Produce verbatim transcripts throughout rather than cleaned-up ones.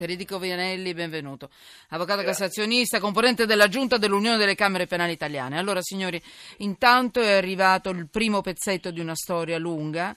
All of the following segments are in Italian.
Federico Vianelli, benvenuto. Avvocato Grazie. cassazionista, componente della Giunta dell'Unione delle Camere Penali Italiane. Allora, signori, intanto è arrivato il primo pezzetto di una storia lunga.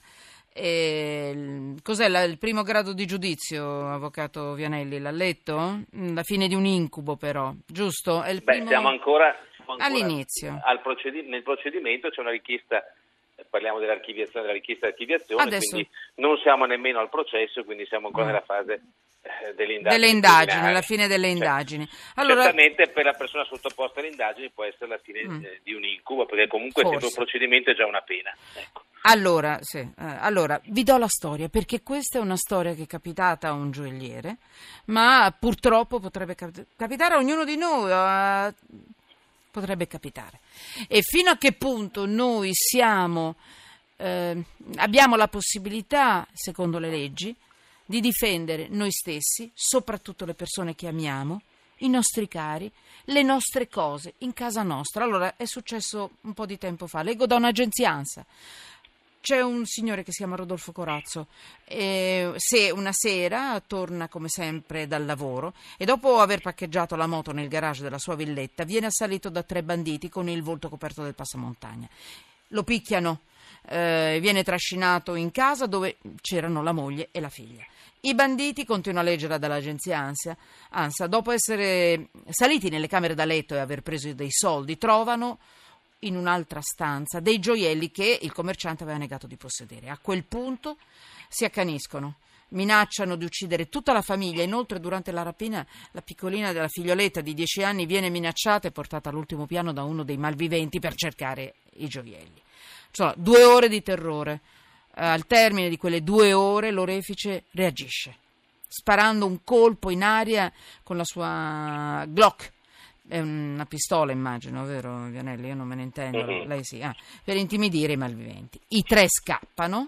E cos'è la, il primo grado di giudizio, avvocato Vianelli? L'ha letto? La fine di un incubo, però, giusto? È il Beh, primo... siamo ancora, siamo ancora all'inizio. Al procedi- nel procedimento c'è una richiesta, parliamo dell'archiviazione, della richiesta di archiviazione, Adesso... quindi non siamo nemmeno al processo, quindi siamo ancora Mm. nella fase eh, delle indagini. Delle indagini, criminali. alla fine delle Cioè, indagini. Allora... Certamente per la persona sottoposta alle indagini può essere la fine Mm. eh, di un incubo, perché comunque Forse. sempre un procedimento è già una pena. Ecco. Allora, sì, eh, allora, vi do la storia, perché questa è una storia che è capitata a un gioielliere, ma purtroppo potrebbe cap- capitare a ognuno di noi, eh, potrebbe capitare. E fino a che punto noi siamo, eh, abbiamo la possibilità, secondo le leggi, di difendere noi stessi, soprattutto le persone che amiamo, i nostri cari, le nostre cose in casa nostra. Allora, è successo un po' di tempo fa, leggo da un'agenzia ANSA. C'è un signore che si chiama Rodolfo Corazzo, e se una sera torna come sempre dal lavoro e dopo aver parcheggiato la moto nel garage della sua villetta viene assalito da tre banditi con il volto coperto del passamontagna. Lo picchiano, eh, viene trascinato in casa dove c'erano la moglie e la figlia. I banditi, continua a leggere dall'agenzia ANSA, ANSA, dopo essere saliti nelle camere da letto e aver preso dei soldi, trovano in un'altra stanza dei gioielli che il commerciante aveva negato di possedere. A quel punto si accaniscono, minacciano di uccidere tutta la famiglia. Inoltre, durante la rapina, la piccolina della figlioletta di dieci anni viene minacciata e portata all'ultimo piano da uno dei malviventi per cercare i gioielli. Insomma, due ore di terrore. Al termine di quelle due ore l'orefice reagisce, sparando un colpo in aria con la sua Glock. È una pistola, immagino, vero Vianelli? Io non me ne intendo, Mm-hmm. lei sì, ah, per intimidire i malviventi. I tre scappano,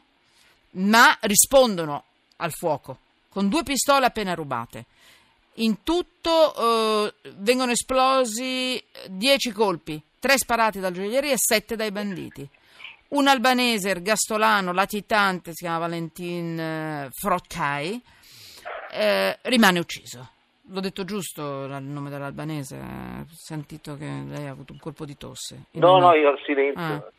ma rispondono al fuoco con due pistole appena rubate. In tutto eh, vengono esplosi dieci colpi, tre sparati dal gioielliere e sette dai banditi. Un albanese ergastolano latitante, si chiama Valentin eh, Frotkay, eh, rimane ucciso. L'ho detto giusto il nome dell'albanese? Ho sentito che lei ha avuto un colpo di tosse. No, no, io silenzio. Ah.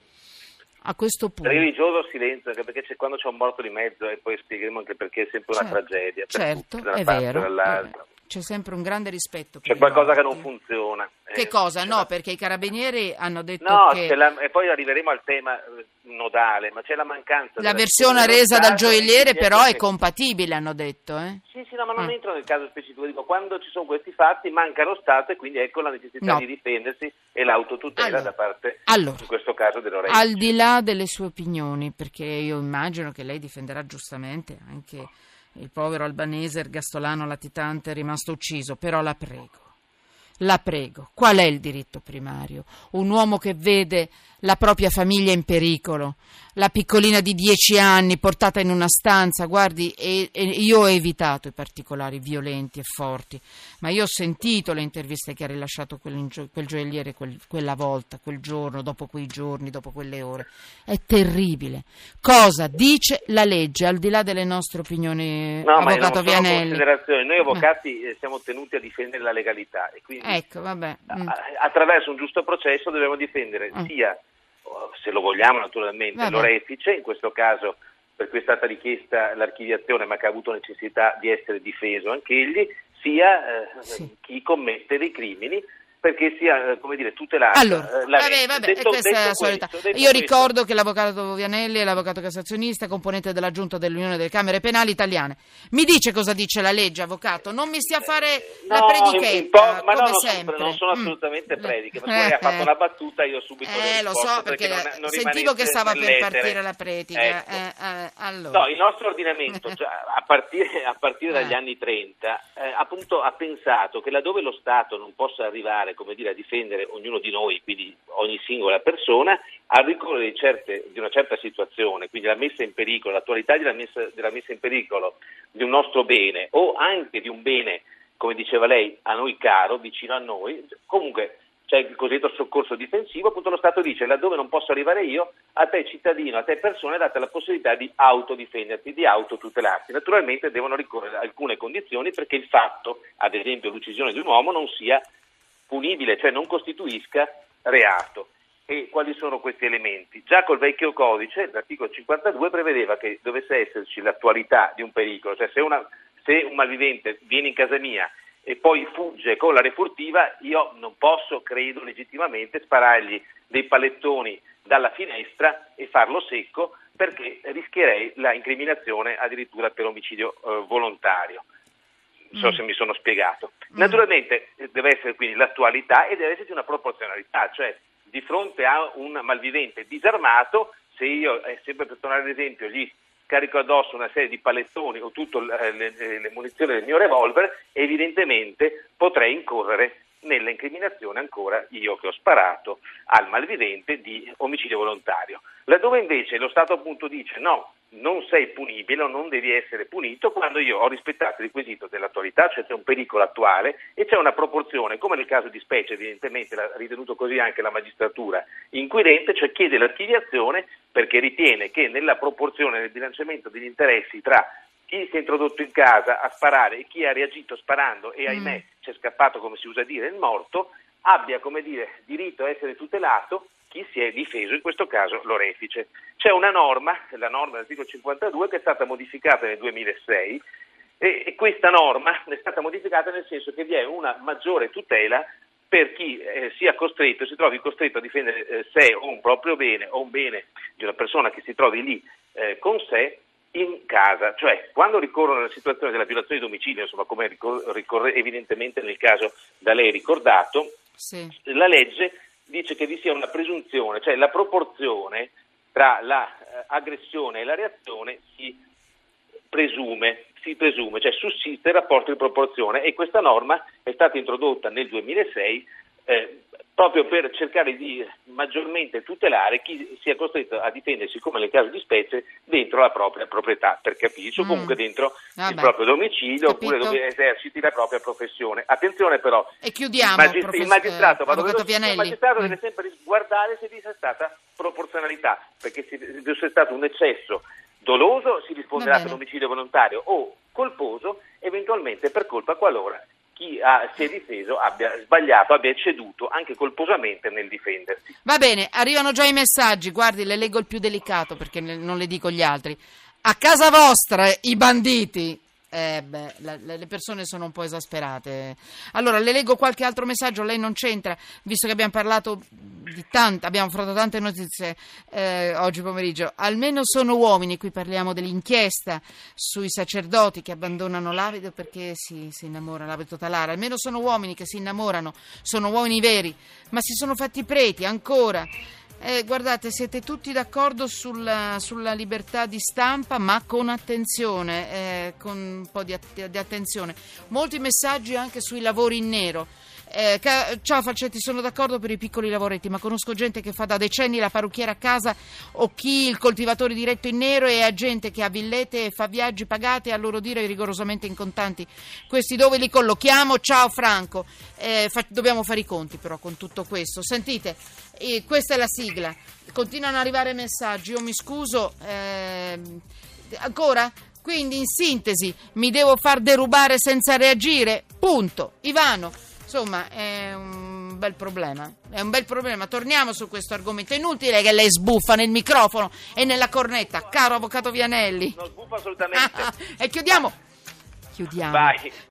A questo punto... Religioso silenzio, anche perché c'è, quando c'è un morto di mezzo, e poi spiegheremo anche perché è sempre una Certo, tragedia. Per certo, tutti, da una è parte e vero. dall'altra. Eh, c'è sempre un grande rispetto per C'è i qualcosa che morti. non funziona. Che Eh, cosa? c'è No, la- perché i carabinieri hanno detto No, che c'è la- e poi arriveremo al tema eh, nodale, ma c'è la mancanza la della versione dello resa dal Stato, gioielliere e quindi però è che- compatibile, hanno detto. Eh? Sì, sì, no, ma non Ah. entro nel caso specifico, dico, quando ci sono questi fatti manca lo Stato e quindi ecco la necessità No. di difendersi e l'autotutela Allora, da parte, allora, in questo caso, dell'orecchio. al di là delle sue opinioni, perché io immagino che lei difenderà giustamente anche il povero albanese ergastolano latitante rimasto ucciso, però la prego, la prego, qual è il diritto primario? Un uomo che vede la propria famiglia in pericolo, la piccolina di dieci anni portata in una stanza, guardi, e, e io ho evitato i particolari violenti e forti, ma io ho sentito le interviste che ha rilasciato quel, quel gioielliere quel, quella volta, quel giorno, dopo quei giorni, dopo quelle ore. È terribile. Cosa dice la legge, al di là delle nostre opinioni, No, ma avvocato non sono Vianelli? considerazioni. Noi avvocati eh, siamo tenuti a difendere la legalità e quindi Ecco, vabbè. Mm. a- attraverso un giusto processo dobbiamo difendere Mm. sia, se lo vogliamo naturalmente, Vabbè. l'orefice, in questo caso per cui è stata richiesta l'archiviazione ma che ha avuto necessità di essere difeso anch'egli, sia eh, Sì. chi commette dei crimini, perché sia, eh, come dire, tutelata. Allora, eh, la vabbè, legge. vabbè, Detto- questa è detto la solita. questo, detto Io questo- ricordo che l'avvocato Vianelli è l'avvocato cassazionista, componente della Giunta dell'Unione delle Camere Penali Italiane. Mi dice cosa dice la legge, avvocato? Non mi stia a fare la No, predichetta, un po', ma come no, non sono, sempre. non sono Mm. assolutamente prediche, ma Eh, tu hai fatto eh. una battuta io subito le Eh, lo risposto, so, perché, non, non sentivo rimanesse che stava per nell'etere. partire la predica. Ecco. Eh, eh, allora. No, il nostro ordinamento, cioè, a partire, a partire dagli Eh. anni trenta, eh, appunto ha pensato che laddove lo Stato non possa arrivare, come dire, a difendere ognuno di noi, quindi ogni singola persona, al ricorso di, certe, di una certa situazione, quindi la messa in pericolo, l'attualità della messa, della messa in pericolo di un nostro bene o anche di un bene, come diceva lei, a noi caro, vicino a noi, comunque cioè il cosiddetto soccorso difensivo, appunto lo Stato dice laddove non posso arrivare io, a te cittadino, a te persone date la possibilità di autodifenderti, di autotutelarti. Naturalmente devono ricorrere a alcune condizioni perché il fatto, ad esempio l'uccisione di un uomo, non sia punibile, cioè non costituisca reato. E quali sono questi elementi? Già col vecchio codice, l'articolo cinquantadue prevedeva che dovesse esserci l'attualità di un pericolo, cioè se, una, se un malvivente viene in casa mia e poi fugge con la refurtiva, io non posso, credo legittimamente, sparargli dei pallettoni dalla finestra e farlo secco perché rischierei la incriminazione addirittura per omicidio eh, volontario. Non so mm. se mi sono spiegato. Mm. Naturalmente deve essere quindi l'attualità e deve esserci una proporzionalità, cioè di fronte a un malvivente disarmato, se io, eh, sempre per tornare all'esempio, gli carico addosso una serie di pallettoni o tutte le, le, le munizioni del mio revolver, evidentemente potrei incorrere nella incriminazione ancora io che ho sparato al malvivente di omicidio volontario. Laddove invece lo Stato appunto dice no, non sei punibile o non devi essere punito quando io ho rispettato il requisito dell'attualità, cioè c'è un pericolo attuale e c'è una proporzione, come nel caso di specie evidentemente l'ha ritenuto così anche la magistratura inquirente, cioè chiede l'archiviazione perché ritiene che nella proporzione, nel bilanciamento degli interessi tra chi si è introdotto in casa a sparare e chi ha reagito sparando e ahimè mm. c'è scappato, come si usa dire, il morto, abbia come dire diritto a essere tutelato chi si è difeso, in questo caso l'orefice. C'è una norma, la norma dell'articolo cinquantadue, che è stata modificata nel duemilasei e, e questa norma è stata modificata nel senso che vi è una maggiore tutela per chi eh, sia costretto, si trovi costretto a difendere eh, sé o un proprio bene o un bene di una persona che si trovi lì eh, con sé in casa, cioè quando ricorrono alla situazione della violazione di domicilio, insomma come ricor- ricorre evidentemente nel caso da lei ricordato, sì. La legge dice che vi sia una presunzione, cioè la proporzione tra l'aggressione la, eh, e la reazione si presume, si presume, cioè sussiste il rapporto di proporzione e questa norma è stata introdotta nel duemilasei eh, proprio per cercare di maggiormente tutelare chi sia costretto a difendersi, come nel caso di specie, dentro la propria proprietà, per capirci, o comunque dentro Vabbè. il proprio domicilio, Capito. oppure dove eserciti la propria professione. Attenzione però, e chiudiamo, il, magist- profes- il magistrato, eh, il magistrato mm. deve sempre guardare se vi sia stata proporzionalità, perché se vi sia stato un eccesso doloso si risponderà per omicidio volontario o colposo, eventualmente per colpa qualora chi ha, si è difeso abbia sbagliato, abbia ceduto anche colposamente nel difendersi. Va bene, arrivano già i messaggi, guardi, le leggo il più delicato perché ne, non le dico gli altri. A casa vostra i banditi, eh beh, la, le persone sono un po' esasperate. Allora, le leggo qualche altro messaggio, lei non c'entra, visto che abbiamo parlato di tante, abbiamo affrontato tante notizie eh, oggi pomeriggio. Almeno sono uomini, qui parliamo dell'inchiesta sui sacerdoti che abbandonano l'abito perché si, si innamorano, l'abito talare. Almeno sono uomini che si innamorano, sono uomini veri, ma si sono fatti preti ancora. Eh, guardate, siete tutti d'accordo sulla, sulla libertà di stampa, ma con attenzione, eh, con un po' di, att- di attenzione. Molti messaggi anche sui lavori in nero. Eh, ca- ciao Falcetti, sono d'accordo per i piccoli lavoretti, ma conosco gente che fa da decenni la parrucchiera a casa o chi il coltivatore diretto in nero e ha gente che ha villette e fa viaggi pagati a loro dire rigorosamente in contanti. Questi dove li collochiamo? Ciao Franco, eh, fa- dobbiamo fare i conti però con tutto questo. Sentite, eh, questa è la sigla, continuano ad arrivare messaggi, io mi scuso, eh, ancora? Quindi in sintesi mi devo far derubare senza reagire? Punto. Ivano. Insomma, è un bel problema, è un bel problema. Torniamo su questo argomento. È inutile che lei sbuffa nel microfono e nella cornetta, caro avvocato Vianelli. Non sbuffa assolutamente. E chiudiamo. Chiudiamo. Vai.